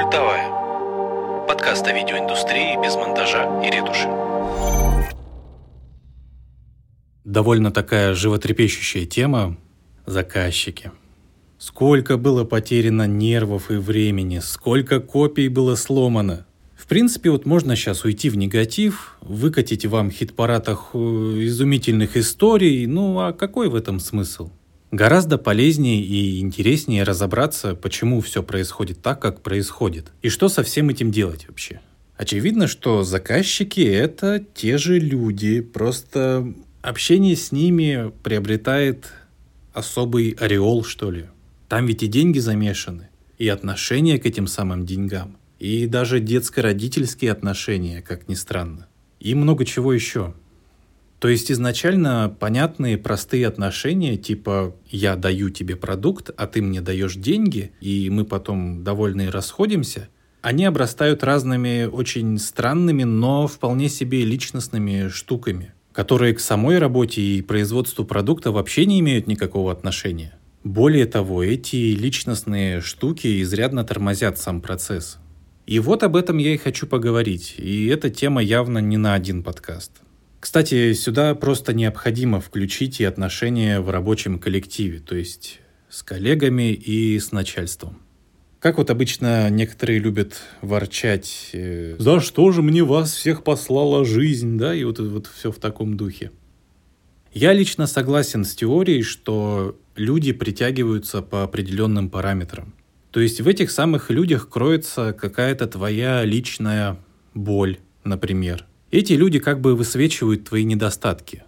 Бытовая. Подкаст о видеоиндустрии без монтажа и ретуши. Довольно такая животрепещущая тема – заказчики. Сколько было потеряно нервов и времени, сколько копий было сломано. В принципе, вот можно сейчас уйти в негатив, выкатить вам хит-парад изумительных историй, а какой в этом смысл? Гораздо полезнее и интереснее разобраться, почему все происходит так, как происходит, и что со всем этим делать вообще. Очевидно, что заказчики – это те же люди, просто общение с ними приобретает особый ореол, что ли. Там ведь и деньги замешаны, и отношения к этим самым деньгам, и даже детско-родительские отношения, как ни странно, и много чего еще. То есть изначально понятные простые отношения, типа «я даю тебе продукт, а ты мне даешь деньги, и мы потом довольные расходимся», они обрастают разными очень странными, но вполне себе личностными штуками, которые к самой работе и производству продукта вообще не имеют никакого отношения. Более того, эти личностные штуки изрядно тормозят сам процесс. И вот об этом я и хочу поговорить, и эта тема явно не на один подкаст. Кстати, сюда просто необходимо включить и отношения в рабочем коллективе, то есть с коллегами и с начальством. Как вот обычно некоторые любят ворчать: «За что же мне вас всех послала жизнь?» Да, и вот все в таком духе. Я лично согласен с теорией, что люди притягиваются по определенным параметрам. То есть в этих самых людях кроется какая-то твоя личная боль, например. Эти люди как бы высвечивают твои недостатки.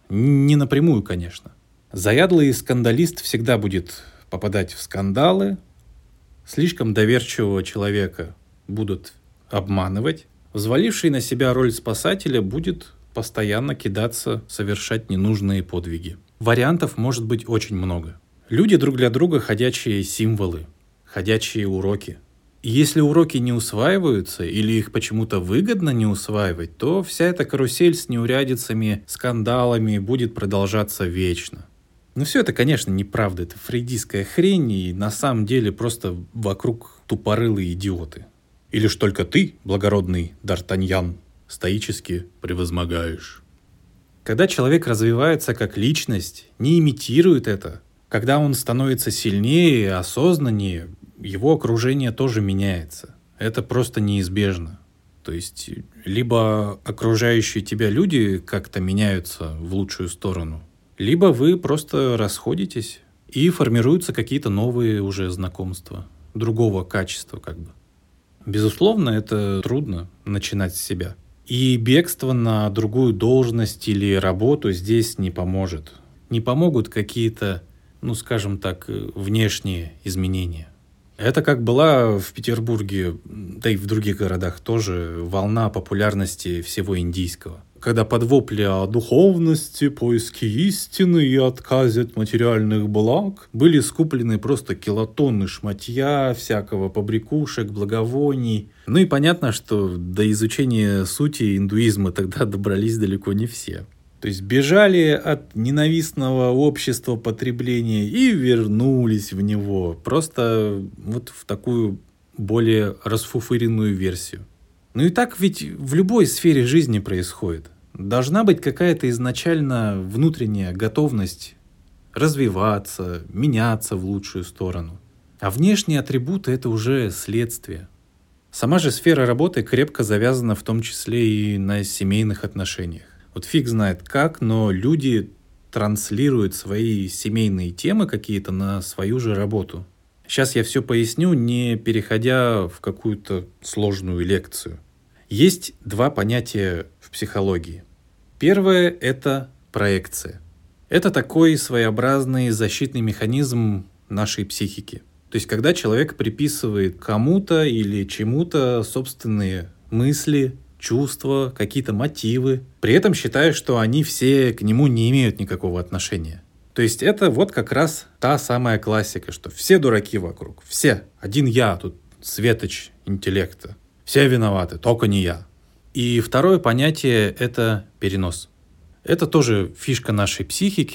Не напрямую, конечно. Заядлый скандалист всегда будет попадать в скандалы, слишком доверчивого человека будут обманывать, взваливший на себя роль спасателя будет постоянно кидаться, совершать ненужные подвиги. Вариантов может быть очень много. Люди друг для друга ходячие символы, ходячие уроки. И если уроки не усваиваются или их почему-то выгодно не усваивать, то вся эта карусель с неурядицами, скандалами будет продолжаться вечно. Но все это, конечно, неправда, это фрейдистская хрень, и на самом деле просто вокруг тупорылые идиоты. Или ж только ты, благородный Д'Артаньян, стоически превозмогаешь. Когда человек развивается как личность, не имитирует это, когда он становится сильнее, осознаннее, его окружение тоже меняется. Это просто неизбежно. То есть, либо окружающие тебя люди как-то меняются в лучшую сторону, либо вы просто расходитесь, и формируются какие-то новые уже знакомства, другого качества как бы. Безусловно, это трудно начинать с себя. И бегство на другую должность или работу здесь не поможет. Не помогут какие-то, скажем так, внешние изменения. Это как была в Петербурге, да и в других городах тоже, волна популярности всего индийского. Когда под вопли о духовности, поиске истины и отказе от материальных благ были скуплены просто килотонны шматья, всякого побрякушек, благовоний. И понятно, что до изучения сути индуизма тогда добрались далеко не все. То есть бежали от ненавистного общества потребления и вернулись в него. Просто вот в такую более расфуфыренную версию. И так ведь в любой сфере жизни происходит. Должна быть какая-то изначально внутренняя готовность развиваться, меняться в лучшую сторону. А внешние атрибуты – это уже следствие. Сама же сфера работы крепко завязана в том числе и на семейных отношениях. Вот фиг знает как, но люди транслируют свои семейные темы какие-то на свою же работу. Сейчас я все поясню, не переходя в какую-то сложную лекцию. Есть два понятия в психологии. Первое – это проекция. Это такой своеобразный защитный механизм нашей психики. То есть, когда человек приписывает кому-то или чему-то собственные мысли, чувства, какие-то мотивы, при этом считая, что они все к нему не имеют никакого отношения. То есть это вот как раз та самая классика, что все дураки вокруг, все, один я тут, светоч интеллекта, все виноваты, только не я. И второе понятие – это перенос. Это тоже фишка нашей психики,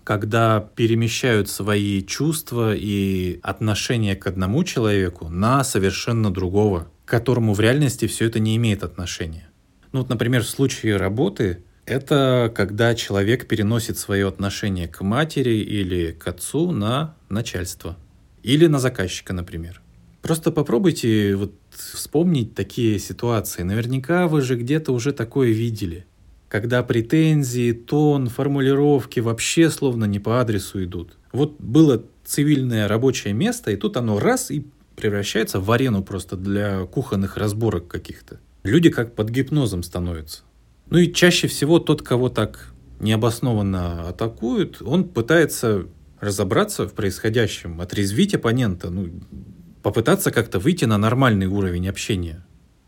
когда перемещают свои чувства и отношения к одному человеку на совершенно другого, к которому в реальности все это не имеет отношения. Ну вот, например, в случае работы это когда человек переносит свое отношение к матери или к отцу на начальство. Или на заказчика, например. Просто попробуйте вот вспомнить такие ситуации. Наверняка вы же где-то уже такое видели. Когда претензии, тон, формулировки вообще словно не по адресу идут. Вот было цивильное рабочее место, и тут оно раз и превращается в арену просто для кухонных разборок каких-то. Люди как под гипнозом становятся. Ну и чаще всего тот, кого так необоснованно атакуют, он пытается разобраться в происходящем, отрезвить оппонента, попытаться как-то выйти на нормальный уровень общения.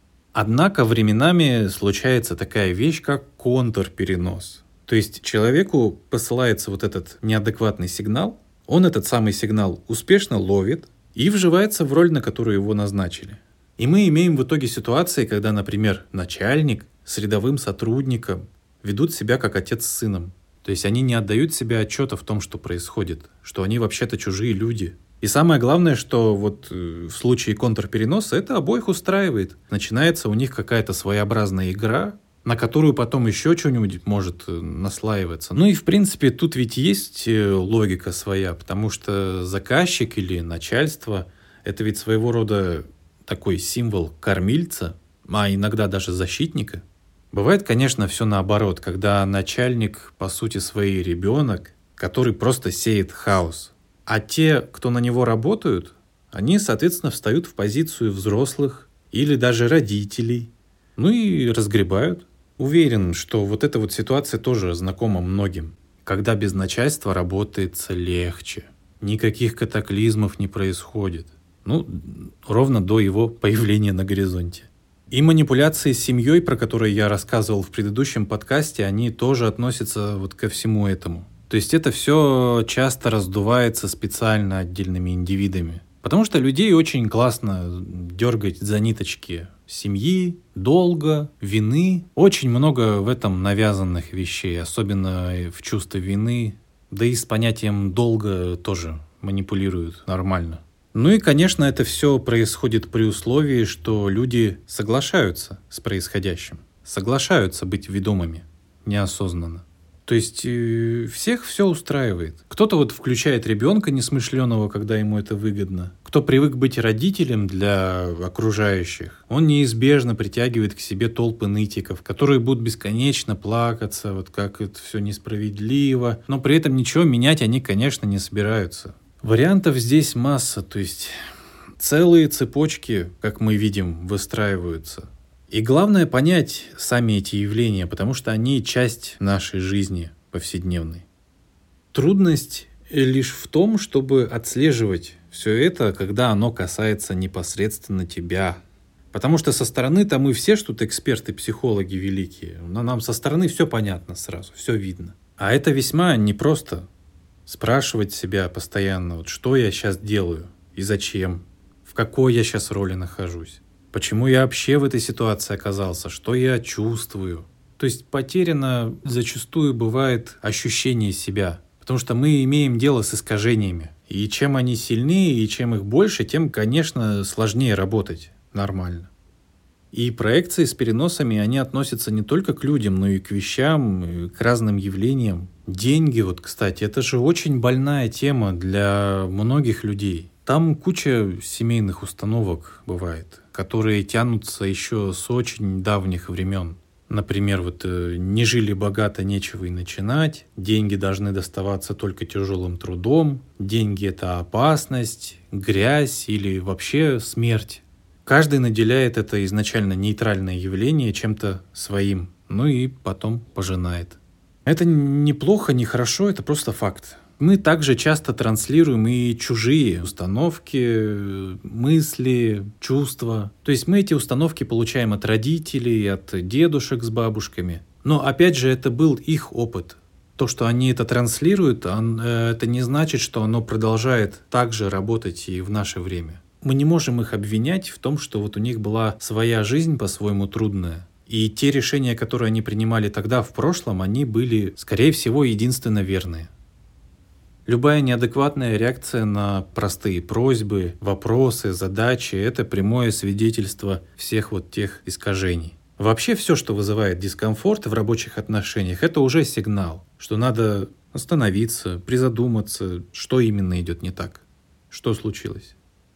Однако временами случается такая вещь, как контрперенос. То есть человеку посылается вот этот неадекватный сигнал, он этот самый сигнал успешно ловит и вживается в роль, на которую его назначили. И мы имеем в итоге ситуации, когда, например, начальник с рядовым сотрудником ведут себя как отец с сыном. То есть они не отдают себе отчета в том, что происходит, что они вообще-то чужие люди. И самое главное, что вот в случае контрпереноса это обоих устраивает. Начинается у них какая-то своеобразная игра, на которую потом еще что-нибудь может наслаиваться. Ну и в принципе тут ведь есть логика своя, потому что заказчик или начальство – это ведь своего рода такой символ кормильца, а иногда даже защитника. Бывает, конечно, все наоборот, когда начальник по сути своей ребенок, который просто сеет хаос. А те, кто на него работают, они, соответственно, встают в позицию взрослых или даже родителей, ну и разгребают. Уверен, что вот эта вот ситуация тоже знакома многим. Когда без начальства работается легче, никаких катаклизмов не происходит. Ровно до его появления на горизонте. И манипуляции с семьей, про которые я рассказывал в предыдущем подкасте, они тоже относятся вот ко всему этому. То есть это все часто раздувается специально отдельными индивидами. Потому что людей очень классно дергать за ниточки семьи, долга, вины. Очень много в этом навязанных вещей, особенно в чувстве вины. Да и с понятием долга тоже манипулируют нормально. Ну и, конечно, это все происходит при условии, что люди соглашаются с происходящим. Соглашаются быть ведомыми неосознанно. То есть всех все устраивает. Кто-то вот включает ребенка несмышленого, когда ему это выгодно. Кто привык быть родителем для окружающих, он неизбежно притягивает к себе толпы нытиков, которые будут бесконечно плакаться, вот как это все несправедливо. Но при этом ничего менять они, конечно, не собираются. Вариантов здесь масса, то есть целые цепочки, как мы видим, выстраиваются. И главное понять сами эти явления, потому что они часть нашей жизни повседневной. Трудность лишь в том, чтобы отслеживать все это, когда оно касается непосредственно тебя. Потому что со стороны-то мы все ж тут эксперты, психологи великие. Но нам со стороны все понятно сразу, все видно. А это весьма непросто. Спрашивать себя постоянно, вот что я сейчас делаю и зачем, в какой я сейчас роли нахожусь. Почему я вообще в этой ситуации оказался? Что я чувствую? То есть потеряно зачастую бывает ощущение себя. Потому что мы имеем дело с искажениями. И чем они сильнее, и чем их больше, тем, конечно, сложнее работать нормально. И проекции с переносами, они относятся не только к людям, но и к вещам, и к разным явлениям. Деньги, вот, кстати, это же очень больная тема для многих людей. Там куча семейных установок бывает, которые тянутся еще с очень давних времен. Например, вот не жили богато, нечего и начинать, деньги должны доставаться только тяжелым трудом, деньги – это опасность, грязь или вообще смерть. Каждый наделяет это изначально нейтральное явление чем-то своим, ну и потом пожинает. Это не плохо, не хорошо, это просто факт. Мы также часто транслируем и чужие установки, мысли, чувства. То есть мы эти установки получаем от родителей, от дедушек с бабушками. Но опять же, это был их опыт. То, что они это транслируют, это не значит, что оно продолжает так же работать и в наше время. Мы не можем их обвинять в том, что вот у них была своя жизнь по-своему трудная. И те решения, которые они принимали тогда в прошлом, они были, скорее всего, единственно верные. Любая неадекватная реакция на простые просьбы, вопросы, задачи – это прямое свидетельство всех вот тех искажений. Вообще все, что вызывает дискомфорт в рабочих отношениях, это уже сигнал, что надо остановиться, призадуматься, что именно идет не так, что случилось.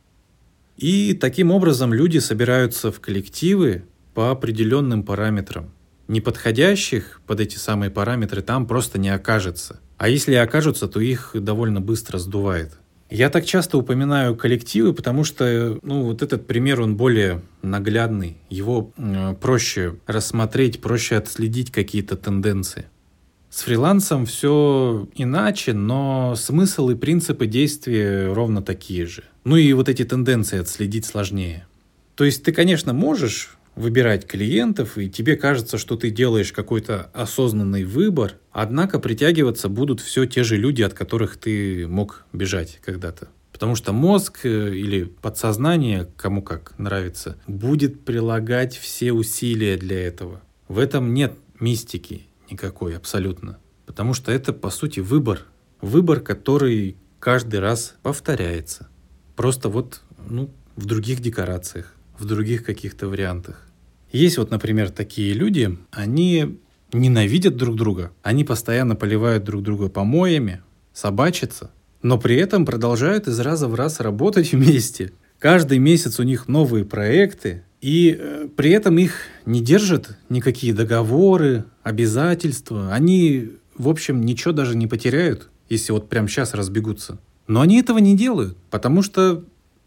И таким образом люди собираются в коллективы по определенным параметрам. Неподходящих под эти самые параметры там просто не окажется. А если и окажутся, то их довольно быстро сдувает. Я так часто упоминаю коллективы, потому что вот этот пример, он более наглядный. Его проще рассмотреть, проще отследить какие-то тенденции. С фрилансом все иначе, но смысл и принципы действия ровно такие же. И вот эти тенденции отследить сложнее. То есть ты, конечно, можешь выбирать клиентов, и тебе кажется, что ты делаешь какой-то осознанный выбор, однако притягиваться будут все те же люди, от которых ты мог бежать когда-то. Потому что мозг или подсознание, кому как нравится, будет прилагать все усилия для этого. В этом нет мистики никакой абсолютно. Потому что это, по сути, выбор. Выбор, который каждый раз повторяется. Просто в других декорациях, в других каких-то вариантах. Есть например, такие люди, они ненавидят друг друга, они постоянно поливают друг друга помоями, собачатся, но при этом продолжают из раза в раз работать вместе. Каждый месяц у них новые проекты, и при этом их не держат никакие договоры, обязательства. Они, в общем, ничего даже не потеряют, если прямо сейчас разбегутся. Но они этого не делают, потому что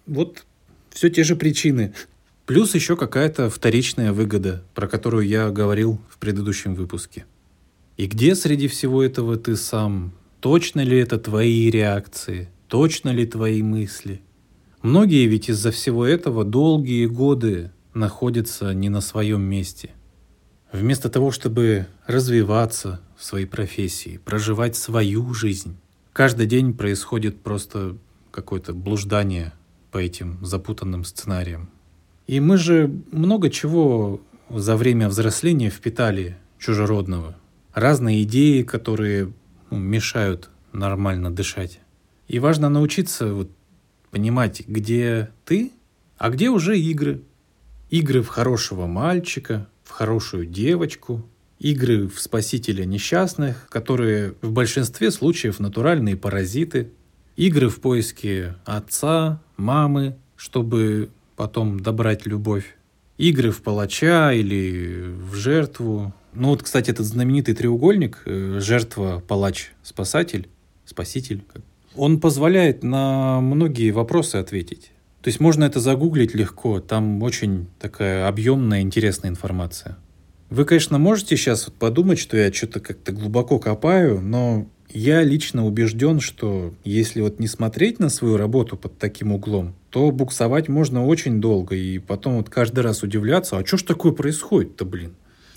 все те же причины. Плюс еще какая-то вторичная выгода, про которую я говорил в предыдущем выпуске. И где среди всего этого ты сам? Точно ли это твои реакции? Точно ли твои мысли? Многие ведь из-за всего этого долгие годы находятся не на своем месте. Вместо того, чтобы развиваться в своей профессии, проживать свою жизнь, каждый день происходит просто какое-то блуждание по этим запутанным сценариям. И мы же много чего за время взросления впитали чужеродного. Разные идеи, которые мешают нормально дышать. И важно научиться понимать, где ты, а где уже игры. Игры в хорошего мальчика, в хорошую девочку, игры в спасителя несчастных, которые в большинстве случаев натуральные паразиты, игры в поиске отца, мамы, чтобы потом добрать любовь. Игры в палача или в жертву. Кстати, этот знаменитый треугольник жертва, палач, спасатель, спаситель, он позволяет на многие вопросы ответить. То есть можно это загуглить легко, там очень такая объемная, интересная информация. Вы, конечно, можете сейчас подумать, что я что-то как-то глубоко копаю, но я лично убежден, что если не смотреть на свою работу под таким углом, то буксовать можно очень долго, и потом каждый раз удивляться, а что ж такое происходит-то, блин?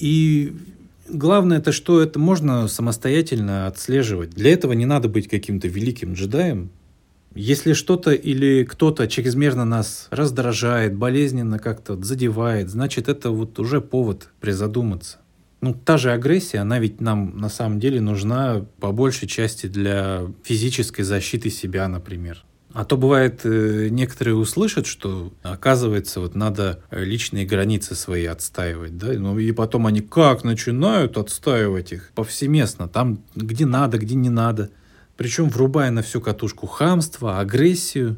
И главное это, что это можно самостоятельно отслеживать. Для этого не надо быть каким-то великим джедаем. Если что-то или кто-то чрезмерно нас раздражает, болезненно как-то задевает, значит это уже повод призадуматься. Та же агрессия, она ведь нам на самом деле нужна по большей части для физической защиты себя, например. А то бывает, некоторые услышат, что, оказывается, надо личные границы свои отстаивать, да? И потом они как начинают отстаивать их повсеместно, там где надо, где не надо. Причем врубая на всю катушку хамство, агрессию.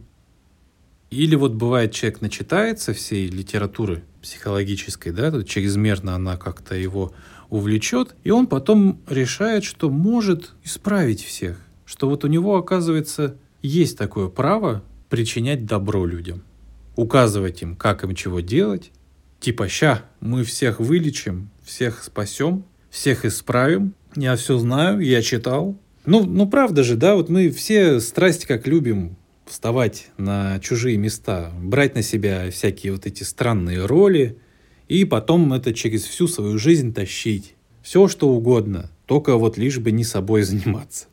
Или бывает, человек начитается всей литературы психологической, да, тут чрезмерно она как-то его увлечет, и он потом решает, что может исправить всех. Что у него, оказывается, есть такое право причинять добро людям. Указывать им, как им чего делать. Типа, ща, мы всех вылечим, всех спасем, всех исправим. Я все знаю, я читал. Правда же, да, мы все страсть как любим вставать на чужие места, брать на себя всякие эти странные роли и потом это через всю свою жизнь тащить. Все, что угодно, только лишь бы не собой заниматься.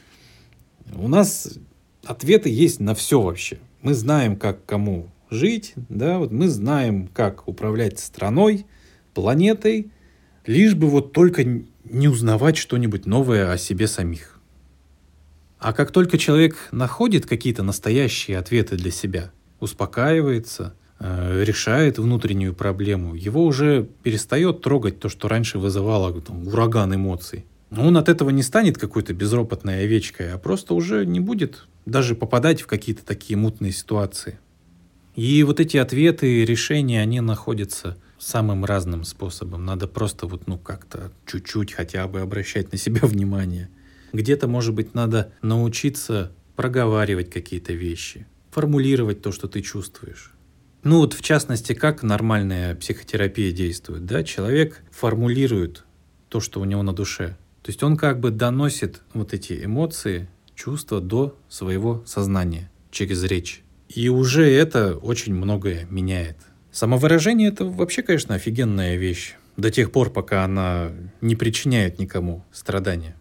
У нас ответы есть на все вообще. Мы знаем, как кому жить, да, мы знаем, как управлять страной, планетой, лишь бы только не узнавать что-нибудь новое о себе самих. А как только человек находит какие-то настоящие ответы для себя, успокаивается, решает внутреннюю проблему, его уже перестает трогать то, что раньше вызывало ураган эмоций. Он от этого не станет какой-то безропотной овечкой, а просто уже не будет даже попадать в какие-то такие мутные ситуации. И вот эти ответы и решения, они находятся самым разным способом. Надо просто как-то чуть-чуть хотя бы обращать на себя внимание. Где-то, может быть, надо научиться проговаривать какие-то вещи, формулировать то, что ты чувствуешь. В частности, как нормальная психотерапия действует, да? Человек формулирует то, что у него на душе. То есть он как бы доносит вот эти эмоции, чувства до своего сознания через речь. И уже это очень многое меняет. Самовыражение — это вообще, конечно, офигенная вещь. До тех пор, пока она не причиняет никому страдания.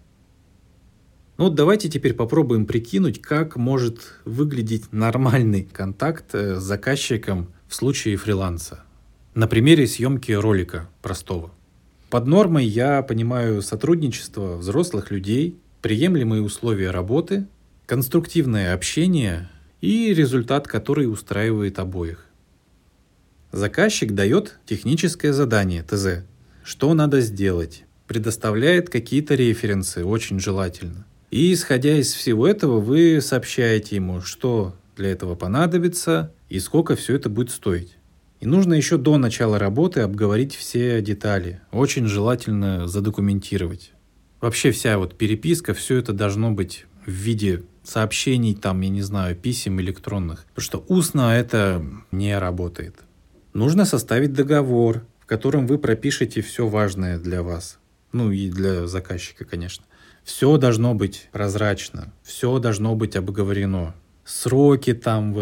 Давайте теперь попробуем прикинуть, как может выглядеть нормальный контакт с заказчиком в случае фриланса. На примере съемки ролика простого. Под нормой я понимаю сотрудничество взрослых людей, приемлемые условия работы, конструктивное общение и результат, который устраивает обоих. Заказчик дает техническое задание, ТЗ. Что надо сделать? Предоставляет какие-то референсы, очень желательно. И, исходя из всего этого, вы сообщаете ему, что для этого понадобится и сколько все это будет стоить. И нужно еще до начала работы обговорить все детали. Очень желательно задокументировать. Вообще вся переписка, все это должно быть в виде сообщений, писем электронных. Потому что устно это не работает. Нужно составить договор, в котором вы пропишете все важное для вас. И для заказчика, конечно. Все должно быть прозрачно, все должно быть обговорено. Сроки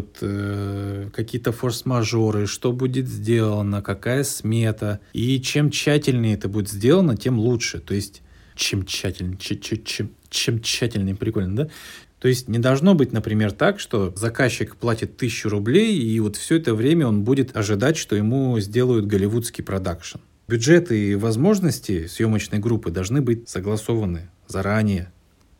какие-то форс-мажоры, что будет сделано, какая смета. И чем тщательнее это будет сделано, тем лучше. То есть, чем тщательнее, прикольно, да? То есть, не должно быть, например, так, что заказчик платит 1000 рублей, и все это время он будет ожидать, что ему сделают голливудский продакшн. Бюджеты и возможности съемочной группы должны быть согласованы заранее.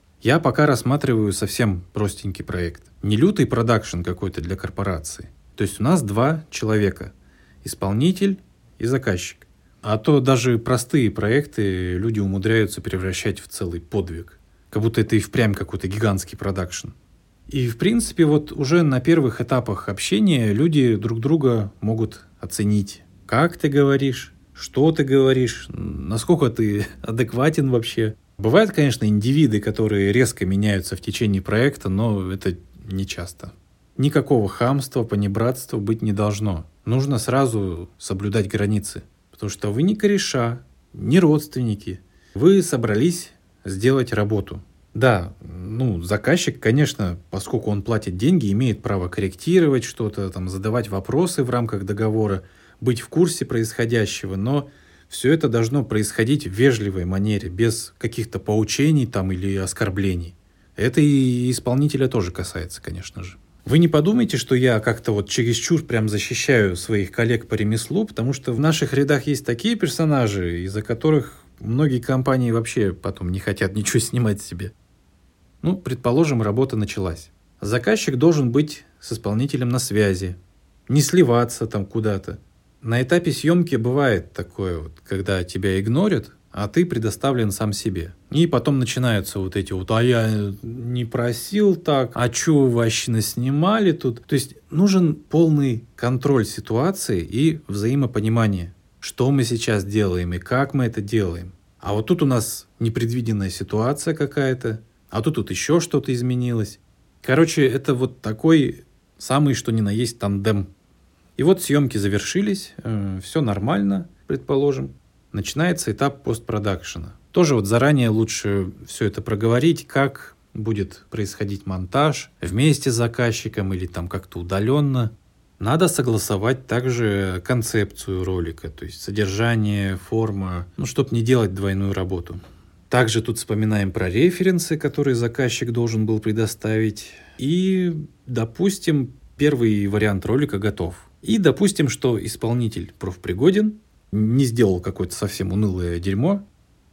Я пока рассматриваю совсем простенький проект. Не лютый продакшн какой-то для корпорации. То есть у нас 2 человека. Исполнитель и заказчик. А то даже простые проекты люди умудряются превращать в целый подвиг. Как будто это и впрямь какой-то гигантский продакшн. И в принципе уже на первых этапах общения люди друг друга могут оценить. Как ты говоришь, что ты говоришь, насколько ты адекватен вообще. Бывают, конечно, индивиды, которые резко меняются в течение проекта, но это не часто. Никакого хамства, понебратства быть не должно. Нужно сразу соблюдать границы, потому что вы не кореша, не родственники. Вы собрались сделать работу. Да, заказчик, конечно, поскольку он платит деньги, имеет право корректировать что-то, задавать вопросы в рамках договора, быть в курсе происходящего, но все это должно происходить в вежливой манере, без каких-то поучений или оскорблений. Это и исполнителя тоже касается, конечно же. Вы не подумайте, что я как-то чересчур прям защищаю своих коллег по ремеслу, потому что в наших рядах есть такие персонажи, из-за которых многие компании вообще потом не хотят ничего снимать себе. Предположим, работа началась. Заказчик должен быть с исполнителем на связи, не сливаться куда-то. На этапе съемки бывает такое, когда тебя игнорят, а ты предоставлен сам себе. И потом начинаются эти а я не просил так, а что вы вообще наснимали тут? То есть нужен полный контроль ситуации и взаимопонимание, что мы сейчас делаем и как мы это делаем. А тут у нас непредвиденная ситуация какая-то, а тут еще что-то изменилось. Короче, это такой самый что ни на есть тандем. И съемки завершились, все нормально, предположим. Начинается этап постпродакшена. Тоже заранее лучше все это проговорить, как будет происходить монтаж вместе с заказчиком или как-то удаленно. Надо согласовать также концепцию ролика, то есть содержание, форма, чтобы не делать двойную работу. Также тут вспоминаем про референсы, которые заказчик должен был предоставить. И, допустим, первый вариант ролика готов. И допустим, что исполнитель профпригоден, не сделал какое-то совсем унылое дерьмо.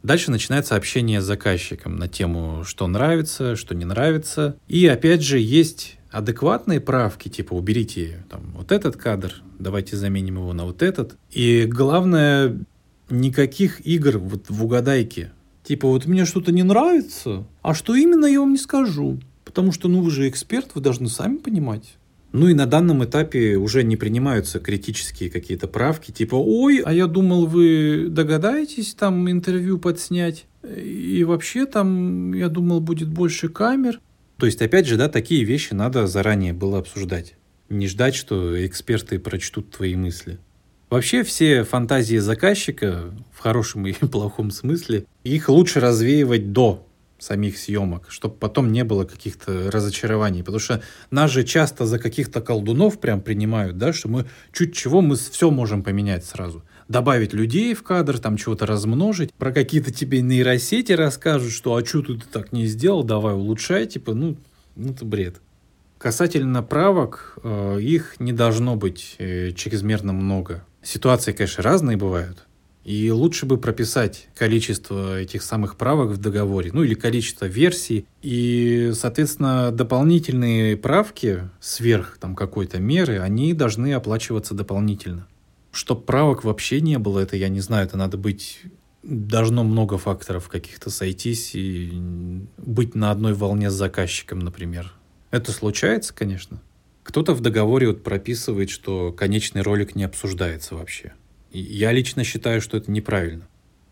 Дальше начинается общение с заказчиком на тему, что нравится, что не нравится. И опять же есть адекватные правки, типа уберите там вот этот кадр, давайте заменим его на вот этот. И главное, никаких игр вот в угадайке. Типа вот мне что-то не нравится, а что именно я вам не скажу. Потому что вы же эксперт, вы должны сами понимать. Ну и на данном этапе уже не принимаются критические какие-то правки, типа «Ой, а я думал, вы догадаетесь там интервью подснять, и вообще там, я думал, будет больше камер». То есть, опять же, да, такие вещи надо заранее было обсуждать. Не ждать, что эксперты прочтут твои мысли. Вообще все фантазии заказчика, в хорошем и плохом смысле, их лучше развеивать до самих съемок, чтобы потом не было каких-то разочарований. Потому что нас же часто за каких-то колдунов прям принимают, да, что мы чуть чего, мы все можем поменять сразу. Добавить людей в кадр, там чего-то размножить, про какие-то тебе нейросети расскажут, что «а что ты так не сделал, давай улучшай», типа, ну это бред. Касательно правок, их не должно быть чрезмерно много. Ситуации, конечно, разные бывают. И лучше бы прописать количество этих самых правок в договоре, ну или количество версий. И, соответственно, дополнительные правки сверх там какой-то меры, они должны оплачиваться дополнительно. Чтоб правок вообще не было, это я не знаю, это надо быть... Должно много факторов каких-то сойтись и быть на одной волне с заказчиком, например. Это случается, конечно. Кто-то в договоре вот прописывает, что конечный ролик не обсуждается вообще. Я лично считаю, что это неправильно.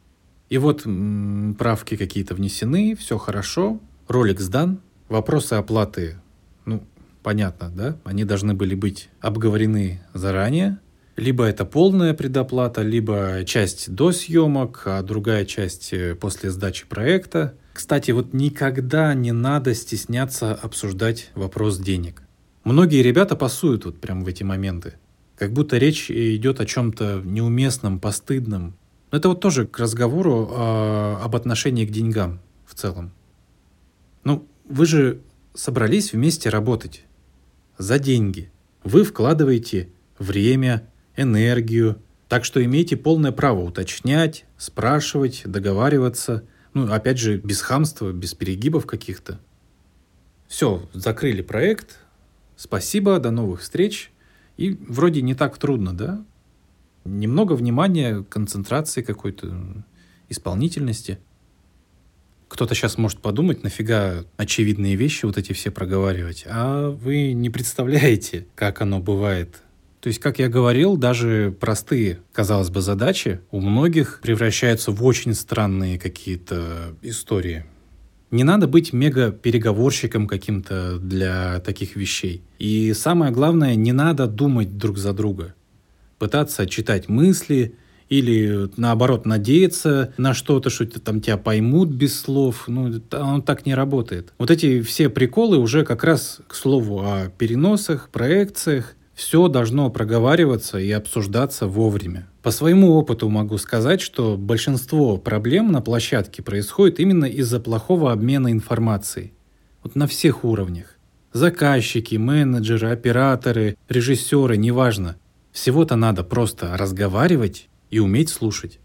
И вот правки какие-то внесены, все хорошо, ролик сдан, вопросы оплаты, понятно, да? Они должны были быть обговорены заранее. Либо это полная предоплата, либо часть до съемок, а другая часть после сдачи проекта. Кстати, вот никогда не надо стесняться обсуждать вопрос денег. Многие ребята пасуют вот прям в эти моменты. Как будто речь идет о чем-то неуместном, постыдном. Но это вот тоже к разговору об отношении к деньгам в целом. Вы же собрались вместе работать за деньги. Вы вкладываете время, энергию. Так что имеете полное право уточнять, спрашивать, договариваться. Опять же, без хамства, без перегибов каких-то. Все, закрыли проект. Спасибо, до новых встреч. И вроде не так трудно, да? Немного внимания, концентрации какой-то, исполнительности. Кто-то сейчас может подумать, нафига очевидные вещи вот эти все проговаривать. А вы не представляете, как оно бывает. То есть, как я говорил, даже простые, казалось бы, задачи у многих превращаются в очень странные какие-то истории. Не надо быть мега-переговорщиком каким-то для таких вещей. И самое главное, не надо думать друг за друга. Пытаться читать мысли или, наоборот, надеяться на что-то, что там тебя поймут без слов. Оно так не работает. Вот эти все приколы уже как раз, к слову, о переносах, проекциях. Все должно проговариваться и обсуждаться вовремя. По своему опыту могу сказать, что большинство проблем на площадке происходит именно из-за плохого обмена информацией. Вот на всех уровнях. Заказчики, менеджеры, операторы, режиссеры, неважно. Всего-то надо просто разговаривать и уметь слушать.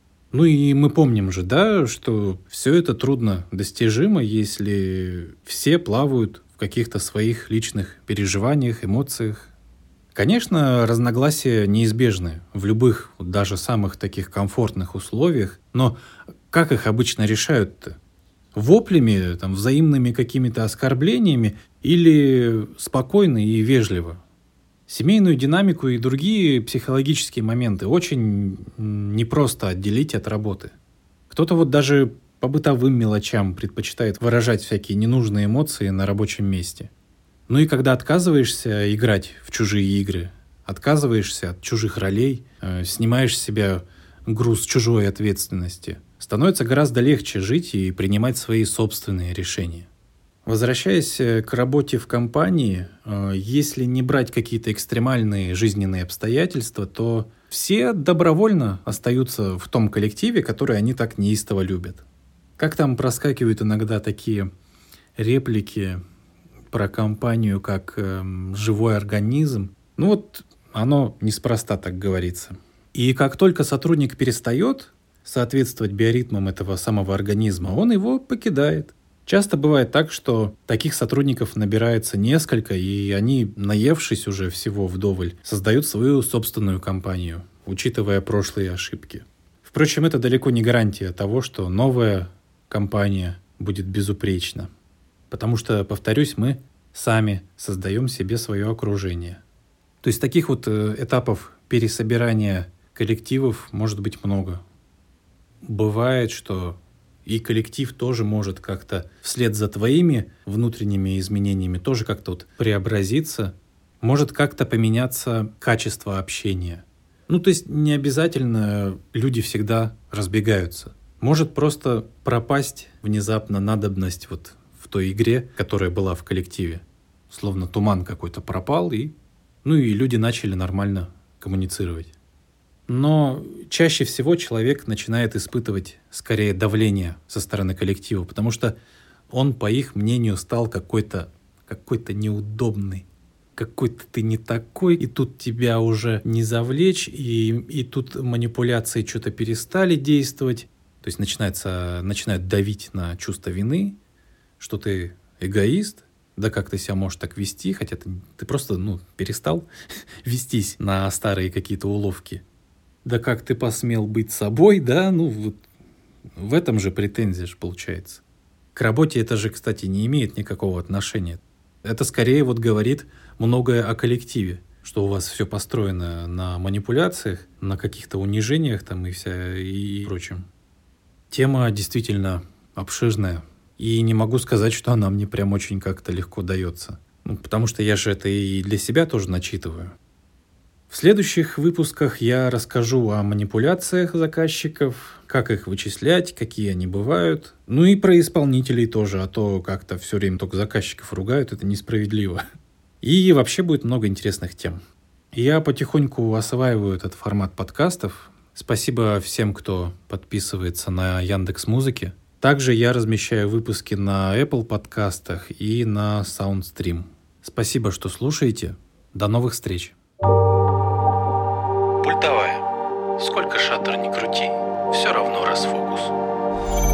И мы помним же, да, что все это трудно достижимо, если все плавают в каких-то своих личных переживаниях, эмоциях. Конечно, разногласия неизбежны в любых, даже самых таких комфортных условиях, но как их обычно решают-то? Воплями, взаимными какими-то оскорблениями или спокойно и вежливо? Семейную динамику и другие психологические моменты очень непросто отделить от работы. Кто-то вот даже по бытовым мелочам предпочитает выражать всякие ненужные эмоции на рабочем месте. И когда отказываешься играть в чужие игры, отказываешься от чужих ролей, снимаешь с себя груз чужой ответственности, становится гораздо легче жить и принимать свои собственные решения. Возвращаясь к работе в компании, если не брать какие-то экстремальные жизненные обстоятельства, то все добровольно остаются в том коллективе, который они так неистово любят. Как там проскакивают иногда такие реплики про компанию как живой организм. Оно неспроста так говорится. И как только сотрудник перестает соответствовать биоритмам этого самого организма, он его покидает. Часто бывает так, что таких сотрудников набирается несколько, и они, наевшись уже всего вдоволь, создают свою собственную компанию, учитывая прошлые ошибки. Впрочем, это далеко не гарантия того, что новая компания будет безупречна. Потому что, повторюсь, мы сами создаем себе свое окружение. То есть таких вот этапов пересобирания коллективов может быть много. Бывает, что и коллектив тоже может как-то вслед за твоими внутренними изменениями тоже как-то вот преобразиться, может как-то поменяться качество общения. То есть не обязательно люди всегда разбегаются. Может просто пропасть внезапно надобность вот в той игре, которая была в коллективе. Словно туман какой-то пропал, и люди начали нормально коммуницировать. Но чаще всего человек начинает испытывать скорее давление со стороны коллектива, потому что он, по их мнению, стал какой-то неудобный, какой-то ты не такой, и тут тебя уже не завлечь, и тут манипуляции что-то перестали действовать. То есть начинают давить на чувство вины, что ты эгоист, да как ты себя можешь так вести, хотя ты просто перестал вестись на старые какие-то уловки. Да как ты посмел быть собой, да, вот в этом же претензия же получается. К работе это же, кстати, не имеет никакого отношения. Это скорее говорит многое о коллективе, что у вас все построено на манипуляциях, на каких-то унижениях и прочем. Тема действительно обширная, и не могу сказать, что она мне прям очень как-то легко дается. Потому что я же это и для себя тоже начитываю. В следующих выпусках я расскажу о манипуляциях заказчиков, как их вычислять, какие они бывают. И про исполнителей тоже, а то как-то все время только заказчиков ругают, это несправедливо. И вообще будет много интересных тем. Я потихоньку осваиваю этот формат подкастов. Спасибо всем, кто подписывается на Яндекс.Музыке. Также я размещаю выпуски на Apple подкастах и на SoundStream. Спасибо, что слушаете. До новых встреч. Пультовая. Сколько шаттер ни крути, все равно расфокус.